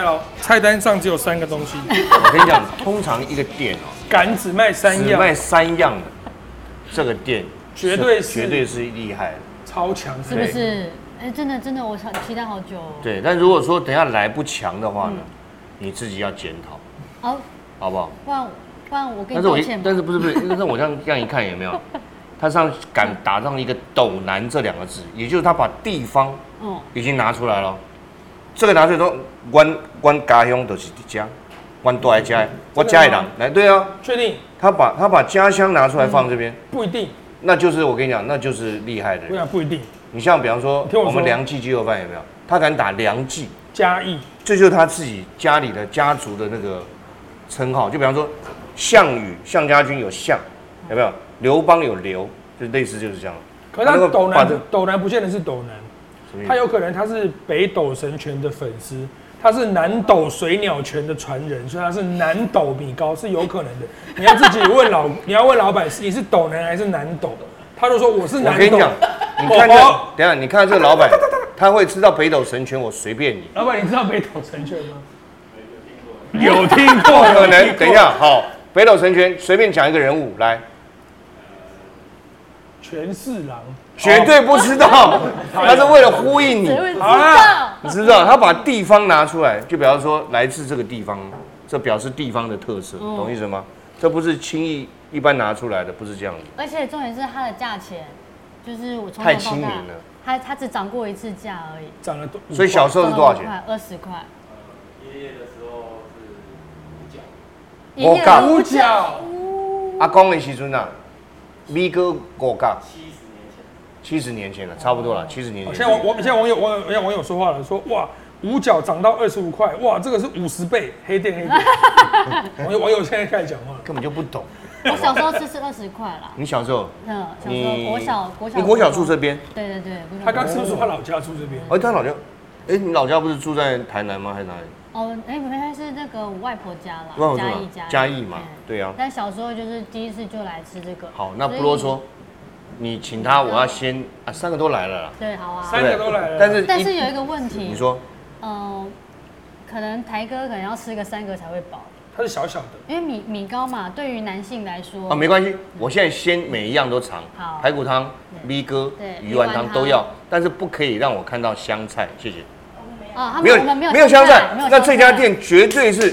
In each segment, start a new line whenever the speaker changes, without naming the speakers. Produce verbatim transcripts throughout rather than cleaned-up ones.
了，菜单上只有三个东西。
我跟你讲，通常一个店哦，
敢只卖三样，
只卖三样的，这个店
绝对是
绝对是厉害的，
超强，
是不是？哎，真的真的，我期待好久哦。
对，但如果说等一下来不强的话呢，你自己要检讨，
好，
好不好？
不然不然我跟
但是我
你道歉。
但是不是不是，但是我这样这样一看有没有？他上敢打上一个斗南这两个字，也就是他把地方已经拿出来了。这个拿出来说，关关家乡都是家，关都来家，我家里人来，对啊，
确定？
他把他把家乡拿出来放这边，
不一定，
那就是我跟你讲，那就是厉害的人。
我讲不一定。
你像比方说，
我
我们梁记鸡肉饭有没有？他敢打梁记
嘉义，
这就是他自己家里的家族的那个称号。就比方说，项羽、项家军有项，有没有？刘邦有刘，就类似就是这样。
可是他斗南，斗南不见得是斗南。他有可能他是北斗神拳的粉丝，他是南斗水鸟拳的传人，所以他是南斗米糕是有可能的。你要自己问老，你要问老板，你是斗南还是南斗？他就说我是南斗。
我跟你讲，你看这，等一下你看这个老板，他会知道北斗神拳，我随便你。
老板，你知道北斗神拳吗？有听过，
可能。等一下，好，北斗神拳随便讲一个人物来。
权四郎。
绝对不知道，他是为了呼应你。
好啦，
你知道，他把地方拿出来，就比方说来自这个地方，这表示地方的特色，嗯、懂意思吗？这不是轻易一般拿出来的，不是这样子。
而且重点是它的价钱，就是我从
太亲民了，
它它只涨过一次价而已，
涨了多。
所以小时候是多少钱？
二十块。
爷爷的时候是五
角。
五角。
阿公的时阵啊，米哥五角。七十年前了，差不多了，七十年前。
现在网网现在网友网友现在网友说话了，说哇五角涨到二十五块，哇这个是五十倍，黑店黑店。网友网友现在开始讲话，
根本就不懂。
我小时候吃是二十块啦。
你小时候？
嗯，小时候国小国小。
你国小住这边？
对对对。
他刚是不是说他老家住这边？
哎，他老家，哎，你老家不是住在台南吗？还是哪里？
哦，哎，原来是那个我外婆家啦，嘉义家。
嘉义嘛，对啊。
但小时候就是第一次就来吃这个。
好，那不啰嗦。你请他，我要先啊，三个都来了啦。
对，好啊，
三个都来了。
但是
但是有一个问题，
你说，
嗯，可能台哥可能要吃个三个才会饱。
它是小小的，
因为米米糕嘛，对于男性来说
啊，没关系，我现在先每一样都尝，
好，
排骨汤、米哥、鱼丸汤都要，但是不可以让我看到香菜，谢谢。
啊，
没有没有香菜，那这家店绝对是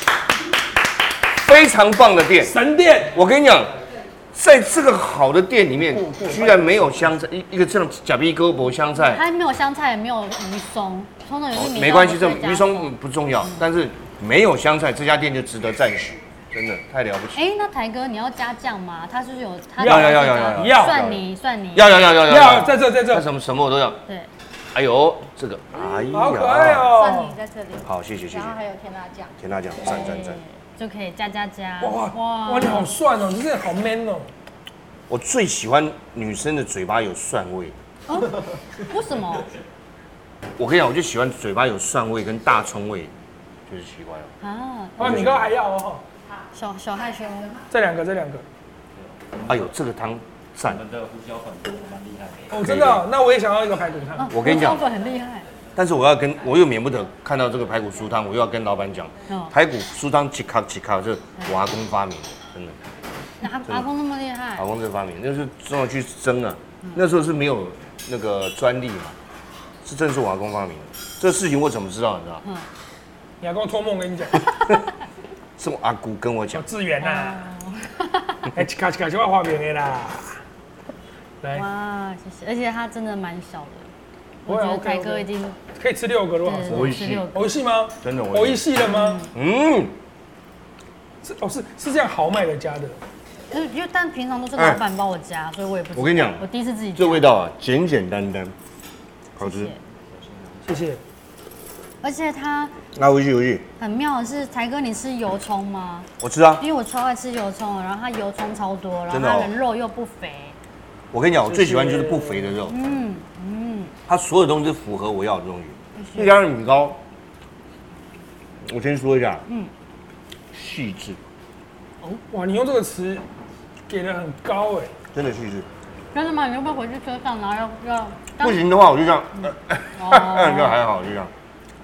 非常棒的店，
神店。
我跟你讲。在这个好的店里面，居然没有香菜，一一个这种假逼哥没香菜，
它没有香菜，也没有鱼松，通常有些米
没关系，这鱼松不重要，但是没有香菜，这家店就值得赞许，真的太了不起。
哎，那台哥你要加酱吗？他是不是有？
要要要要要
要
蒜泥蒜泥。
要要要要
要在这在这。
什么什么我都要。
对。
哎呦，这个，哎呀，
好可爱哦。
蒜泥在这里。
好，谢谢谢谢。
然后还有甜辣酱。
甜辣酱，赞赞赞。
就可以加加加。
哇哇哇，你好涮哦，你真的好 man 哦。
我最喜欢女生的嘴巴有蒜味。
哦，为什么？
我跟你讲，我就喜欢嘴巴有蒜味跟大葱味，就是奇怪了。
啊，
哇，米糕还要哦。
小小害羞。
这两个，这两个。
哎呦，这个汤赞。
我们的胡椒粉蛮厉害的。
哦，真的？那我也想要一个排骨汤。
我跟你讲，
胡椒粉很厉害。
但是我要跟我又免不得看到这个排骨酥汤，我又要跟老板讲，排骨酥汤几卡几卡，这我阿公发明的，真的。
阿阿公那么厉害，
阿公这发明，那是真的去争啊。那时候是没有那个专利嘛，是真是我阿公发明的。这事情我怎么知道？你知道？嗯，
你阿公托梦跟你讲，
是我阿姑跟我讲。
志远呐，哎，切卡切卡就要画饼的啦。
来，哇，谢谢，而且它真的蛮小的，我觉得台哥已经
可以吃六个多少？
我一细，
我一细吗？
真的，
我一细了吗？
嗯。
是哦，是是这样豪迈的加的，
因为但平常都是老板帮我加，所以我也不知道。
我跟你讲，
我第一次自己。
这味道啊，简简单单，好吃。
谢谢。
而且它，
那回去回去。
很妙的是，台哥你吃油葱吗？
我吃啊，
因为我超爱吃油葱，然后它油葱超多，然后它的肉又不肥。
我跟你讲，我最喜欢就是不肥的肉。嗯嗯。它所有东西都符合我要的东西。再加上米糕，我先说一下。嗯。细致，
哦，哇！你用这个词给的很高哎，
真的细致。
真的吗？你要不要回去车上，然后要要？
不行的话，我就这样，哦，那还好，就这样。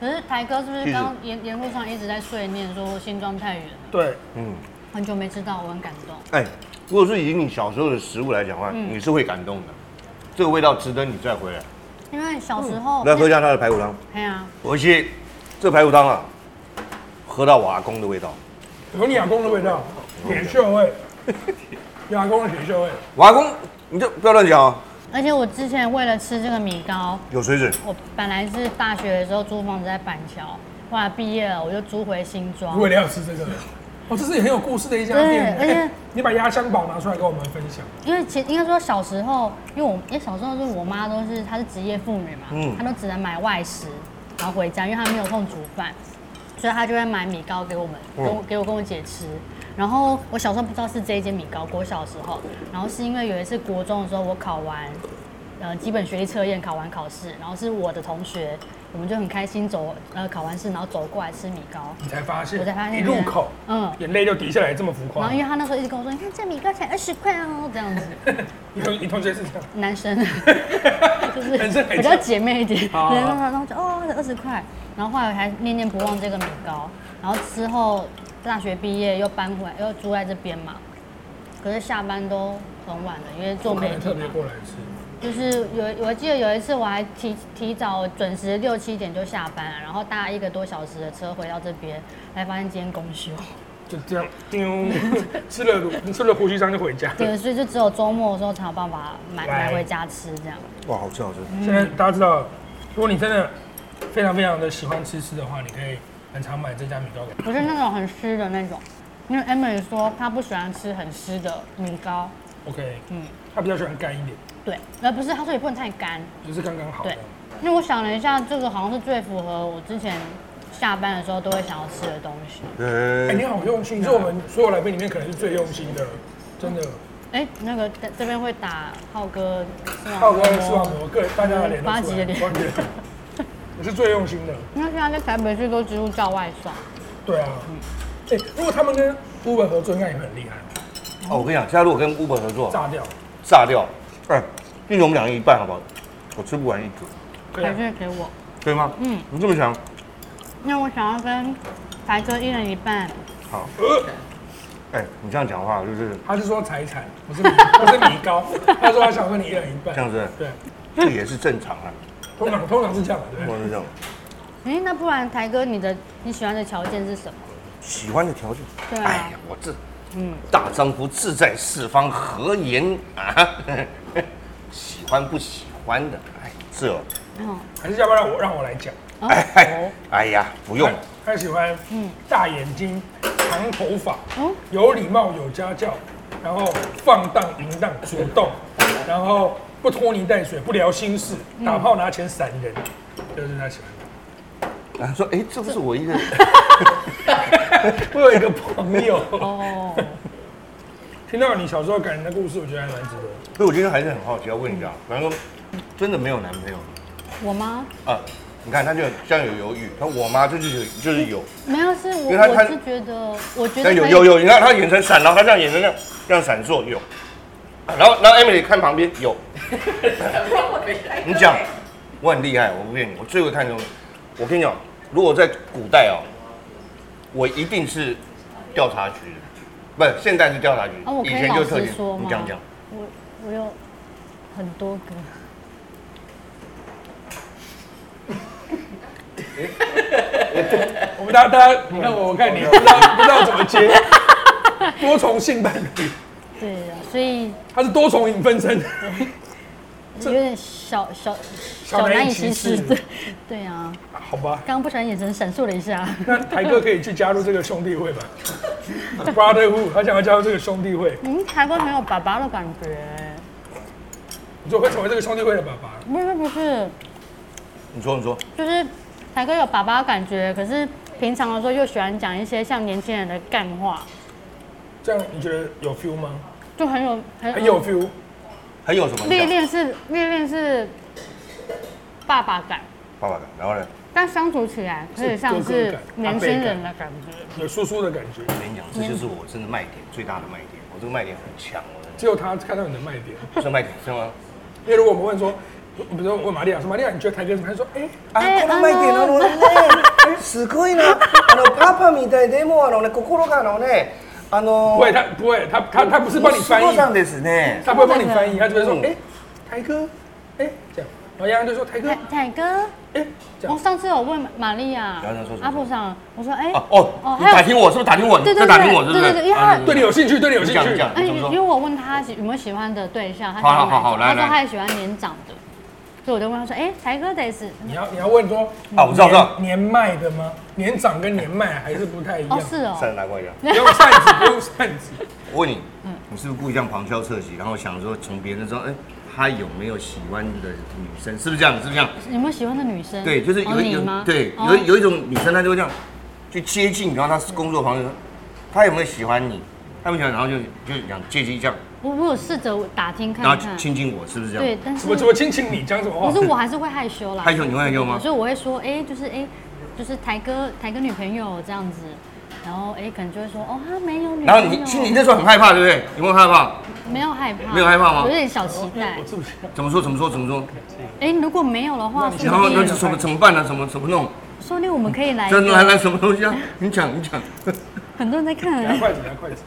可是台哥是不是刚刚沿沿路上一直在碎念说新庄太远了？
对，
嗯，
很久没吃到，我很感动。
哎，如果是以你小时候的食物来讲的话，你是会感动的，这个味道值得你再回来。
因为小时候，
来喝一下它的排骨汤。
哎呀，
而且这排骨汤啊，喝到我阿公的味道，
有你阿公的味道，铁锈味，有阿公的铁锈味。
我阿公，你就不要乱讲啊。
而且我之前为了吃这个米糕，
有水准。
我本来是大学的时候租房子在板桥，后来毕业了我就租回新庄。
为了要吃这个，哦，这是很有故事的一家店。
对，而且
你把压箱宝拿出来跟我们分享。
因为其应该说小时候，因为我因为小时候就是我妈都是她是职业妇女嘛，嗯，她都只能买外食，然后回家，因为她没有空煮饭，所以她就会买米糕给我们，跟我给我跟我姐吃。然后我小时候不知道是这一间米糕，国小的时候，然后是因为有一次国中的时候我考完，呃，基本学历测验考完考试，然后是我的同学，我们就很开心走，呃，考完试然后走过来吃米糕，
你才发现，
我才发现
一入口，
嗯，
眼泪就滴下来，这么浮夸。
然后因为他那时候一直跟我说，你看这米糕才二十块哦，这样子。
你同你同学是这样？
男生，就是
男生
比较姐妹一点，
好好好
然后然后就哦二十块，然后后来还念念不忘这个米糕，然后之后大学毕业又搬回来，又住在这边嘛，可是下班都很晚了，因为做媒体
特别过来吃。
就是有，我记得有一次我还提提早准时六七点就下班了，然后搭一个多小时的车回到这边，才发现今天公休。
就这样，丢吃了吃了胡须章就回家。
对，所以就只有周末的时候才有办法买买回家吃这样。
哇，好吃好吃！
现在大家知道，如果你真的非常非常的喜欢吃吃的话，你可以很常买这家米糕给。
不是那种很湿的那种，因为 Emily 说她不喜欢吃很湿的米糕。
OK， 嗯，她比较喜欢干一点。
对，而不是她说也不能太干，
就是刚刚好。
对，因为我想了一下，这个好像是最符合我之前下班的时候都会想要吃的东西。
哎、欸，你好用心，你是我们所有来宾里面可能是最用心的，真的。
哎、欸，那个这边会打浩哥，
浩哥视网膜，各大家的脸都
八级的脸，
你是最用心的。
因为现在在台北市都几乎叫外送。
对啊，哎、欸，如果他们跟 Uber 合作，应该也会很厉害。
哦，我跟你讲，现在如果跟 Uber 合作，
炸掉，
炸掉。哎，并且我们两个一半好不好？我吃不完一
个，还是给我，
可以吗？嗯，你这么想？
那我想要跟台哥一人一半。
好。哎，你这样讲话就是，
他是说财产，不是米，不是米糕。他说他想跟你一人一半，
这样子，
对，
这也是正常啊。
通常通常是这样的，对，
通常是这样。
哎，那不然台哥，你的你喜欢的条件是什么？
喜欢的条件？
对啊。
哎呀，我这。嗯，大丈夫志在四方，何言啊？喜欢不喜欢的，哎，这，
嗯，还是要不要让我让我来讲？
哎哎，哎呀，不用。
他喜欢，嗯，大眼睛，长头发，有礼貌，有家教，然后放荡淫荡，主动，然后不拖泥带水，不聊心事，打炮拿钱闪人，这是他喜欢的。
他说：“哎，这不是我一个。”
我有一个朋友哦，听到你小时候感人的故事，我觉得还蛮值得。
所以我今天还是很好奇，要问一下，反正真的没有男朋友？
我吗？
啊，你看他就这样有犹豫，他我妈就是就是有，
没有是我我是觉得，我觉得
有有有，你看他眼神闪，然后他这样眼神这样这样闪烁有，然后然后 Emily 看旁边有，你讲我很厉害，我不骗你，我最会看这种，我跟你讲，如果在古代哦。我一定是调查局的，不是现在是调查局，
啊、我
以前就是特警。你讲讲。
我我有很多个。
我们大家大家，你看我，我看你，不知道不知道怎么接。多重性伴侣。
对啊，所以。
他是多重影分身。
有点小小小难以启齿，对对啊，
好吧。
刚刚不小心眼神闪烁了一下。
那台哥可以去加入这个兄弟会吧 ？Brotherhood， 他想要加入这个兄弟会。
嗯，台哥很有爸爸的感觉。
你说会成为这个兄弟会的爸爸？
不是不是。
你说你说。
就是台哥有爸爸的感觉，可是平常的时候又喜欢讲一些像年轻人的干话。
这样你觉得有 feel 吗？
就很有很
很有 feel。
还有什么？
历练是历练是爸爸感，
爸爸感，然后呢？
但相处起来可以像是年轻人的感觉，
有叔叔的感觉。
我跟你讲，这就是我真的卖点，最大的卖点。我这个卖点很强，我
只有他看到你的卖点，
是卖点是吗？
因为如果我们问说， 比如说问玛利亚说：“玛利亚，你觉得台哥怎么？”他说：“哎，
あ、この前あのね、すごいな。あのパパみたいでもあのね心があのね、あの。”
不会，他不会，他他他不是帮你翻译。
ですね。
他不会帮你翻译，他只会说：“哎，台哥，哎，这样。”然后洋洋就说：“台哥，
台哥，
哎，这样。”
我上次有问玛利亚，阿布桑，我说：“哎，
哦哦，你打听我是不是打听我？
对对
在打听我是不是？
对对对，因为他
对你有兴趣，对你有兴趣。
哎，因为我问他有没有喜欢的对象，他
好好好，来
他说他也喜欢年长的。所以我就问他说：“哎，台哥得是
你要你要问说
啊，我知道，知道
年迈的吗？年长跟年迈还是不太一样。
哦，是哦，
扇子拿过来。
不用扇子，不用扇子。
我问你，你是不是故意这样旁敲侧击，然后想说从别人说，哎，他有没有喜欢的女生？是不是这样？是不是这样？
有没有喜欢的女生？
对，就是有有对有有一种女生，她就会这样去接近，然后她工作旁边，她有没有喜欢你？她没喜欢，然后就就想借机这样。
我我有试着打听看
然
看，
后亲亲我，是不是这样？
对，但是
怎么怎么亲亲你讲什么话？
可是我还是会害羞啦。
害羞你会害羞吗？
所以我会说，哎，就是哎，就是台哥台哥女朋友这样子，然后哎可能就会说，哦，他没有女朋友。
然后你其实你那时候很害怕，对不对？有没有害怕？
没有害怕，
没有害怕吗？
有点小期待。
怎么说？怎么说？怎么说？
哎，如果没有的话，
然后那怎么怎么办呢？怎么怎么弄？
说不定我们可以来。
真来来什么东西啊？你讲你讲。
很多人在看。
拿筷子，拿筷子。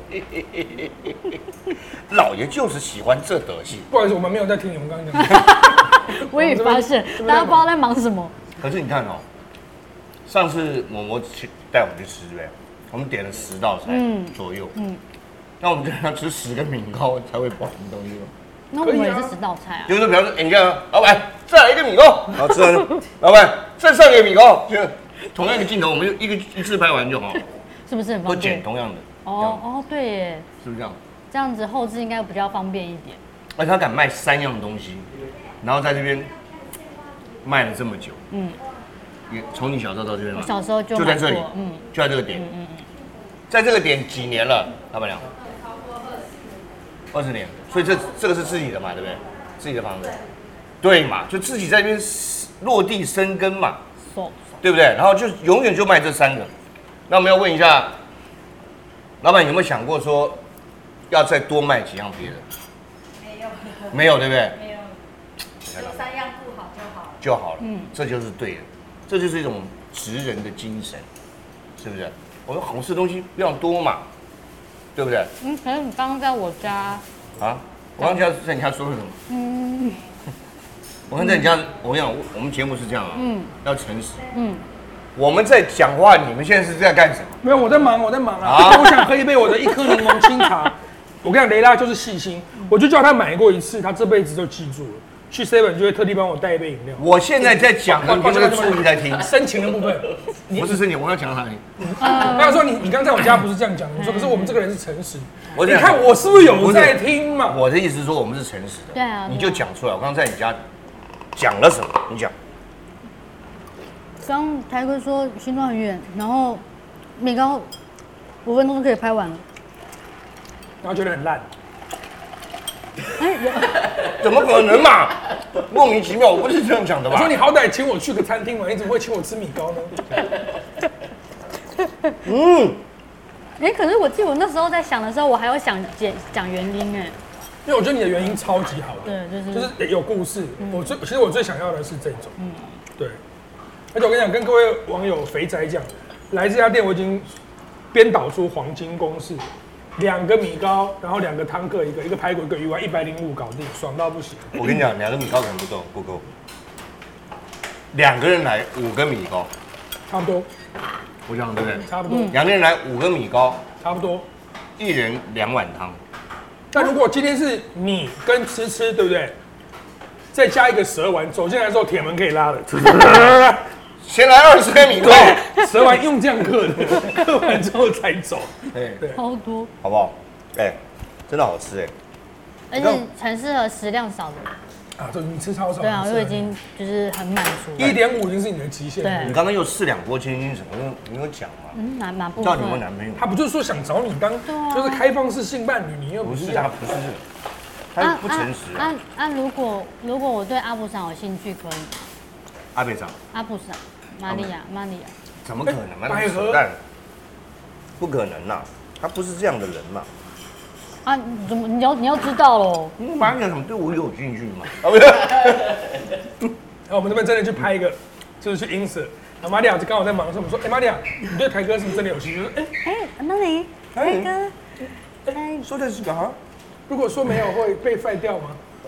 老爷就是喜欢这德行。
不好意思，我们没有在听你们刚刚讲的。
我也发现，大家不知道在忙什么。
可是你看哦，上次嬷嬷去带我们去吃，对不对？我们点了十道菜左右，嗯，那我们就要吃十个米糕才会饱什么东西吗？
那我们也是十道菜啊。
就是说，比方说，你看，老板再来一个米糕，然后吃完，老板再上一个米糕，就同样一个镜头，我们就一个一次拍完就好，
是不是很方便？
都剪同样的。
哦哦，对耶，
是不是这样？
这样子后置应该比较方便一点。
而且他敢卖三样东西，然后在这边卖了这么久，嗯，也从你小时候到这边嘛，
我小时候就
就在这里，
嗯，
就在这个点，嗯嗯嗯，在这个点几年了，老板娘？二十年，所以这这个是自己的嘛，对不对？自己的房子，对嘛，就自己在这边落地生根嘛，对不对？然后就永远就卖这三个。那我们要问一下，老板有没有想过说要再多卖几样别的？
没有，
没有，对不对？
没有，就三样顾好就好了。
就好了，嗯，这就是对的，这就是一种职人的精神，是不是？我说好吃的东西不要多嘛，对不对？
嗯，可是你刚刚在我家
啊，我刚才在你家说了什么？嗯，我刚在你家，我跟你讲，我们节目是这样啊，嗯，要诚实，嗯，我们在讲话，你们现在是在干什么？
没有，我在忙，我在忙啊！我想喝一杯我的一颗柠檬清茶。我跟你讲，雷拉就是细心，我就叫他买过一次，他这辈子就记住了。去 seven 就会特地帮我带一杯饮料。
我现在在讲，你们在注意在听。
深情的部分，
不是深情，我要讲哪里？
他要说你，你刚在我家不是这样讲的，我说可是我们这个人是诚实。
我
你看我是不是有在听嘛？
我的意思是说我们是诚实的。
对啊，
你就讲出来。我刚刚在你家讲了什么？你讲。
刚台哥说新庄很远，然后米糕五分钟就可以拍完了，
然后觉得很烂。
哎，
怎么可能嘛？莫名其妙，我不是这样讲的吧？
我说你好歹请我去个餐厅嘛，你怎么会请我吃米糕呢？
嗯，哎，可是我记得我那时候在想的时候，我还要想讲讲原因哎，
因为我觉得你的原因超级好的，
对，就是
就是有故事。我最其实我最想要的是这种，嗯，对。而且我跟你讲，跟各位网友肥宅讲，来这家店我已经编导出黄金公式。两个米糕，然后两个汤各一个，一个排骨一个鱼丸，一百零五搞定，爽到不行。
我跟你讲，两个米糕可能不够，不够。两个人来五个米糕，
差不多。
我讲对不对？
差不多。
两个人来五个米糕，
差不多。
一人两碗汤。
但如果今天是你跟吃吃，对不对？再加一个蛇丸，走进来之后铁门可以拉了。
先来二十个米糕，
蛇丸用这样刻的，刻完之后才走。
对
对，超多，
好不好？哎，真的好吃哎，
而且很适合食量少的。
啊，对，你吃超少。
对啊，我已经就是很满足。
一点五已经是你的极限。
对，
你刚刚又试两锅千金什么？你有讲吗？
嗯，哪哪部分？
到底有没有男朋友？
他不就是说想找你当，就是开放式性伴侣，你又
不是他，不是这个，他不诚实。
啊啊！如果如果我对阿布桑有兴趣，可以。
阿北长。
阿布桑。玛利亚，玛利亚，
怎么可能嘛？百合蛋，不可能呐，他不是这样的人嘛。
啊，你怎么你要你要知道喽？
你马上讲什么对我有兴趣嘛？啊
不是。然后我们这边真的去拍一个，就是去 insert。然后玛利亚刚好在忙的时候，我们说：“哎，玛利亚，你对台哥是不是真的有兴趣？”说：“哎
哎，那你台哥，
哎，说的是个哈，
如果说没有会被废掉吗？”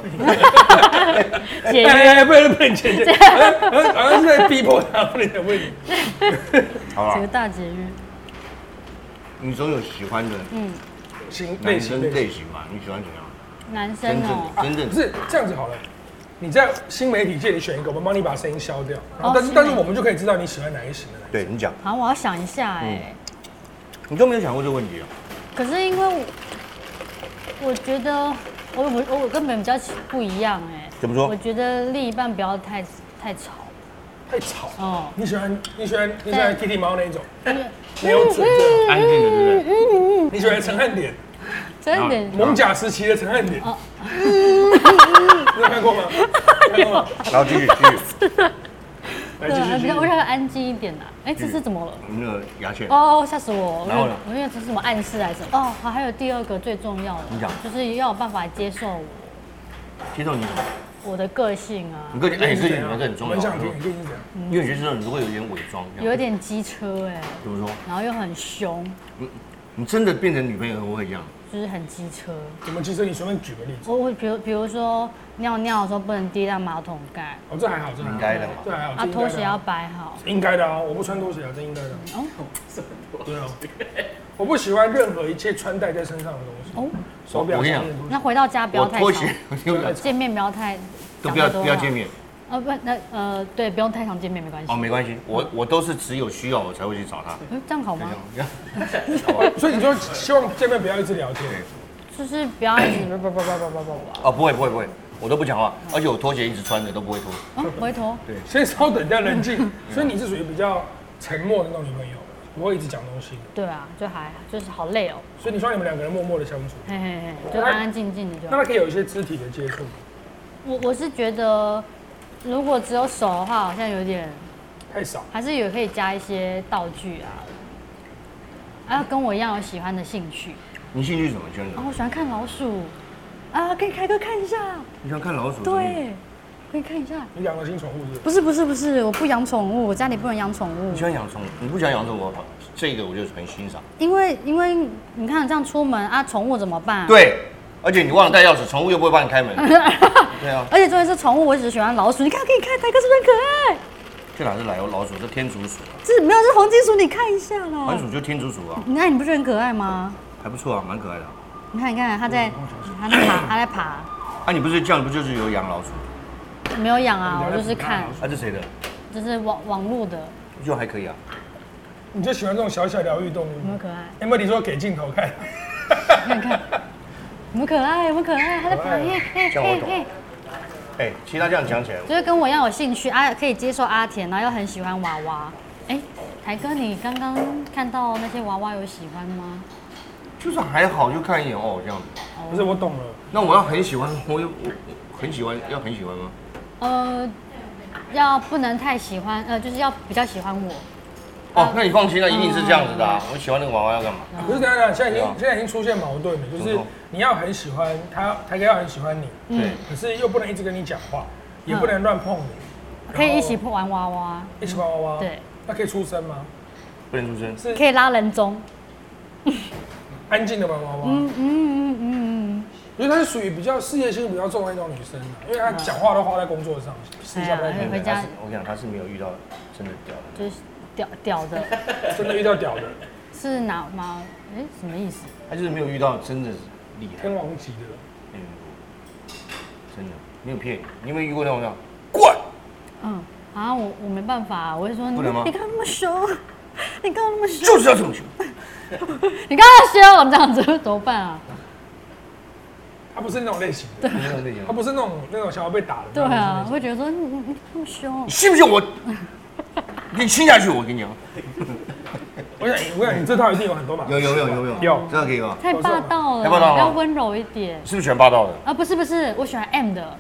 解
约不能不能解约，好像是在逼迫他，不能讲问你。
好了，
这个大节约。
你总有喜欢的，嗯，
类型
类型嘛？你喜欢怎样？
男生哦，
真正
不是这样子好了。你在新媒体界里选一个，我们帮你把声音消掉。但是但是我们就可以知道你喜欢哪一型的。
对你讲。
好，我要想一下哎。
你都没有想过这个问题啊？
可是因为我觉得。我我我跟别人比较不一样哎，
怎么说？
我觉得另一半不要太太吵，
太吵
哦。
你喜欢你喜欢你喜欢 Kitty 猫那一种，没
有
嘴
的，安静的，对不对？
你喜欢陈汉典，
陈汉典，
蒙甲时期的陈汉典，你有看过吗？看过吗？
然后继续继续。
对，比较我想要安静一点呐。哎，这是怎么了？
那个牙签。
哦，吓死我！
然后呢？
我以为这是什么暗示还是什么？哦，好，还有第二个最重要的，
你讲，
就是要有办法接受我。
接受你什么？
我的个性啊。
你个性，哎，你个性你们很重要。
很想听，你个性怎样？
因为觉得你如果有点伪装，
有点机车哎。
怎么说？
然后又很凶。
你你真的变成女朋友会这样？
就是很机车。
怎么机车？你随便举个例子。
我我比如比如说尿尿的时候不能滴到马桶盖。
哦，这还好，这
应该的嘛。
这还好。
啊，拖鞋要摆好。
应该的啊，我不穿拖鞋啊，这应该的。哦，对啊。我不喜欢任何一切穿戴在身上的东西。哦。手表。
我跟你讲，
那回到家不要太
拖鞋，
见面不要太。
都不要不要见面。
呃不，那呃对，不用太常见面没关系。
哦，没关系，我我都是只有需要我才会去找他。
嗯，这样好吗？
所以你说希望见面不要一直聊天，
就是不要一直不不不不不不不。
哦，不会不会不会，我都不讲话，而且我拖鞋一直穿着都不会脱。
哦，不会脱。
对，
先稍等一下，冷静。所以你是属于比较沉默的那种女朋友，不会一直讲东西。
对啊，就还就是好累哦。
所以你说你们两个人默默的相处，
嘿嘿嘿，就安安静静的就。
那他可以有一些肢体的接触。
我我是觉得。如果只有手的话，好像有点
太少，
还是有可以加一些道具啊，啊，要跟我一样有喜欢的兴趣。
你兴趣是什么？娟子？
啊，我喜欢看老鼠，啊，可以开哥看一下。
你喜欢看老鼠？
对，可以看一下。
你养了新宠物是？
不是不是不是，我不养宠物，我家里不能养宠物。
你喜欢养宠物？你不喜欢养宠物，这个我就很欣赏。
因为因为你看这样出门啊，宠物怎么办？
对。而且你忘了带钥匙，宠物又不会帮你开门。对啊。
而且重点是宠物，我只喜欢老鼠。你看，可以看，台哥是不是很可爱？
这哪是来老鼠？这天竺鼠。
这没有，是黄金鼠，你看一下啦。
黄金鼠就天竺鼠啊。
你看，你不觉得很可爱吗？
还不错啊，蛮可爱的。
你看，你看，它在，它在爬，它在爬。
啊，你不是这样，不就是有养老鼠？
没有养啊，我就是看。
啊，这谁的？
这是网网路的。
就还可以啊。
你就喜欢这种小小疗愈动物？
有没有可爱？
有没有你说给镜头看？
看看。很可爱，很可爱，他在爬，嘿嘿嘿嘿。
哎，其他这样讲起来，
就是跟我一样有兴趣啊，可以接受阿田，然后又很喜欢娃娃。哎，台哥，你刚刚看到那些娃娃有喜欢吗？
就是还好，就看一眼哦，这样子。
不是，我懂了。
那我要很喜欢，我有我很喜欢，要很喜欢吗？
呃，要不能太喜欢，呃，就是要比较喜欢我。
哦，那你放心了，一定是这样子的啊！我喜欢那个娃娃要干嘛？
不是这样的，现在已经现在已经出现矛盾了，就是你要很喜欢他，他要很喜欢你，对，可是又不能一直跟你讲话，也不能乱碰你，
可以一起玩娃娃，
一起玩娃娃，
对，
那可以出声吗？
不能出声，
是可以拉人中，
安静的玩娃娃，嗯嗯嗯嗯，因为她是属于比较事业心比较重的那种女生，因为她讲话都花在工作上，私下不太
回家。
我讲她是没有遇到真的屌的，
就是。屌屌的，
真的遇到屌的，
是哪吗？哎，什么意思？
他就是没有遇到真的厉害
天王级的，
嗯，真的没有骗你。你有没有遇过那种？过来。
嗯，啊，我我没办法，我会说
不能吗？
你刚刚那么凶，你刚刚那么凶，
就是要这么凶。
你刚刚凶，这样子怎么办啊？
他不是那种类型，
对，那种类型，
他不是那种那种想要被打的。
对啊，会觉得说你你那么凶，
你信不信我？你亲下去，我跟你讲。
我想，我想你这套一定有很多嘛。
有有有有有
有，
这个可以吗？
太霸道了，
太霸道了，
要温柔一点。
是不是喜欢霸道的？
啊，不是不是，我喜欢 M 的。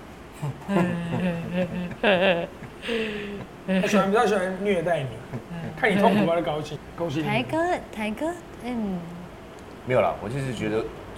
他喜欢比较喜欢虐待你，看你痛苦他就高兴，高兴。
台哥台哥，嗯，
没有啦，我就是觉得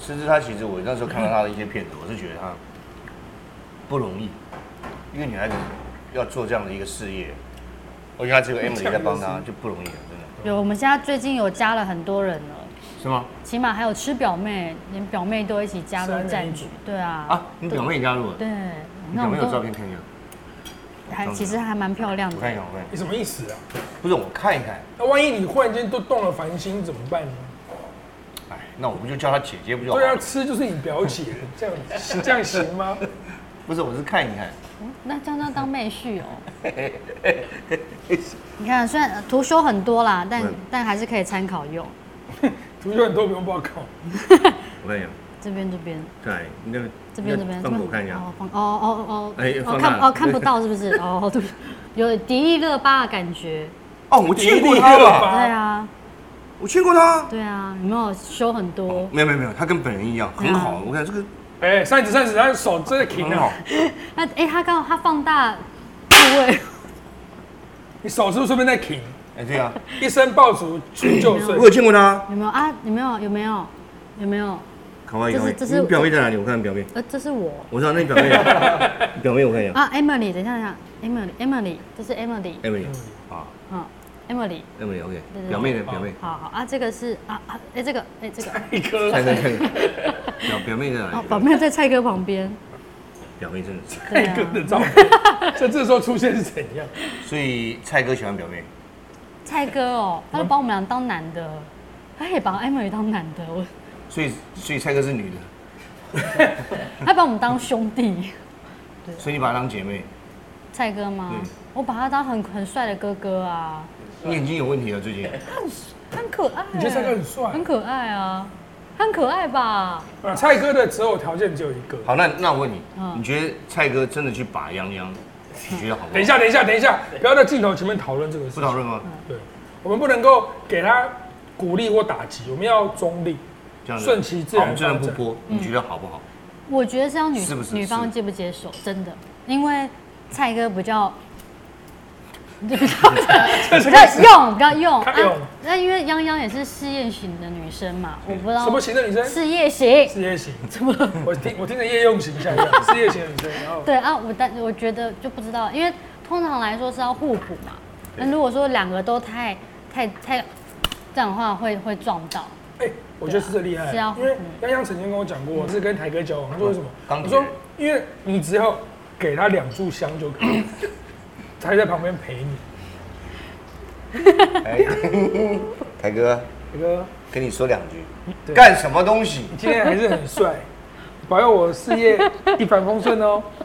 狮子他其实我那时候看到他的一些片子，我是觉得他不容易，一个女孩子要做这样的一个事业，而且他只有 Emily 在帮他，就不容易了，真的。
有，我们现在最近有加了很多人了。
是吗？
起码还有吃表妹，连表妹都一起加入战局。对啊。
啊，你表妹也加入了？
对。
你表妹有照片看一下。
还其实还蛮漂亮的。
我看一下，我看一下。
你什么意思啊？
不是，我看一看。
那万一你忽然间都动了凡心怎么办呢？
哎，那我不就叫她姐姐不就好？
对啊，吃就是你表姐，这样这样行吗？
不是，我是看一看。
嗯，那这样要当妹婿哦。你看，虽然图修很多啦，但但还是可以参考用。
图修很多不用报告。
我看一下。
这边这边。
对，那个
这边这边。
放我看一下。
哦放哦哦哦。
哎，
哦看哦看不到是不是？哦对，有迪丽热巴的感觉。
哦，我见过他吧？
对啊。
我见过他。
对啊，有没有修很多？
没有没有没有，他跟本人一样，很好。我看这个。
哎，三指三指，他手真的挺好。
那哎，他刚好他放大部位。
你手是不是顺便在挺？
哎，对啊。
一声爆竹除旧岁。
我有见过他。
有没有啊？有没有？有没有？有没有？
卡哇伊，这是这是表妹在哪里？我看表妹。
呃，这是我。
我知道那你表妹。表妹我看一下。
啊 ，Emily， 等一下，等一下 ，Emily，Emily， 这是 Emily。Emily。
啊。
嗯 ，Emily。
Emily，OK。表妹的表妹。
好好啊，这个是啊啊，哎，这个哎这个。
一颗。
蔡哥，蔡哥。表表妹在哪里？
哦，表妹在蔡哥旁边。
表妹真的是。
蔡哥的照片，在这时候出现是怎样？
所以蔡哥喜欢表妹。
蔡哥哦，他就把我们俩当男的，他也把 Emily 当男的，我。
所以所以蔡哥是女的。
他把我们当兄弟。
对。所以你把他当姐妹。
蔡哥吗？我把他当很很帅的哥哥啊。
你眼睛有问题了最近。
他很可爱。
你觉得蔡哥很帅？
很可爱啊。很可爱吧？
啊，蔡哥的择偶条件只有一个。
好，那那我问你，嗯、你觉得蔡哥真的去把泱泱，你觉得好不好？
等一下，等一下，等一下，不要在镜头前面讨论这个事。
不讨论吗？
对，我们不能够给他鼓励或打击，我们要中立，顺其自然。
好，自然不播，你觉得好不好？
我觉得是要女
是不是
女方接不接受，真的，因为蔡哥比较。比较比较用，比较用啊。那因为泱泱也是事业型的女生嘛，我不知道
什么型的女生？
事业型。
事业型。怎么？我听我听着夜用型像一样，事业型的女生。然后。
对啊，我但我觉得就不知道，因为通常来说是要互补嘛。那如果说两个都太太太这样的话，会会撞到。
哎，我觉得是这厉害。是啊。因为泱泱曾经跟我讲过，是跟台哥交往，他说为什么？我说因为你只要给他两炷香就可以。才在旁边陪你。
哎，凯哥，
凯哥，
跟你说两句，干什么东西？
你今天还是很帅，保佑我事业一帆风顺哦。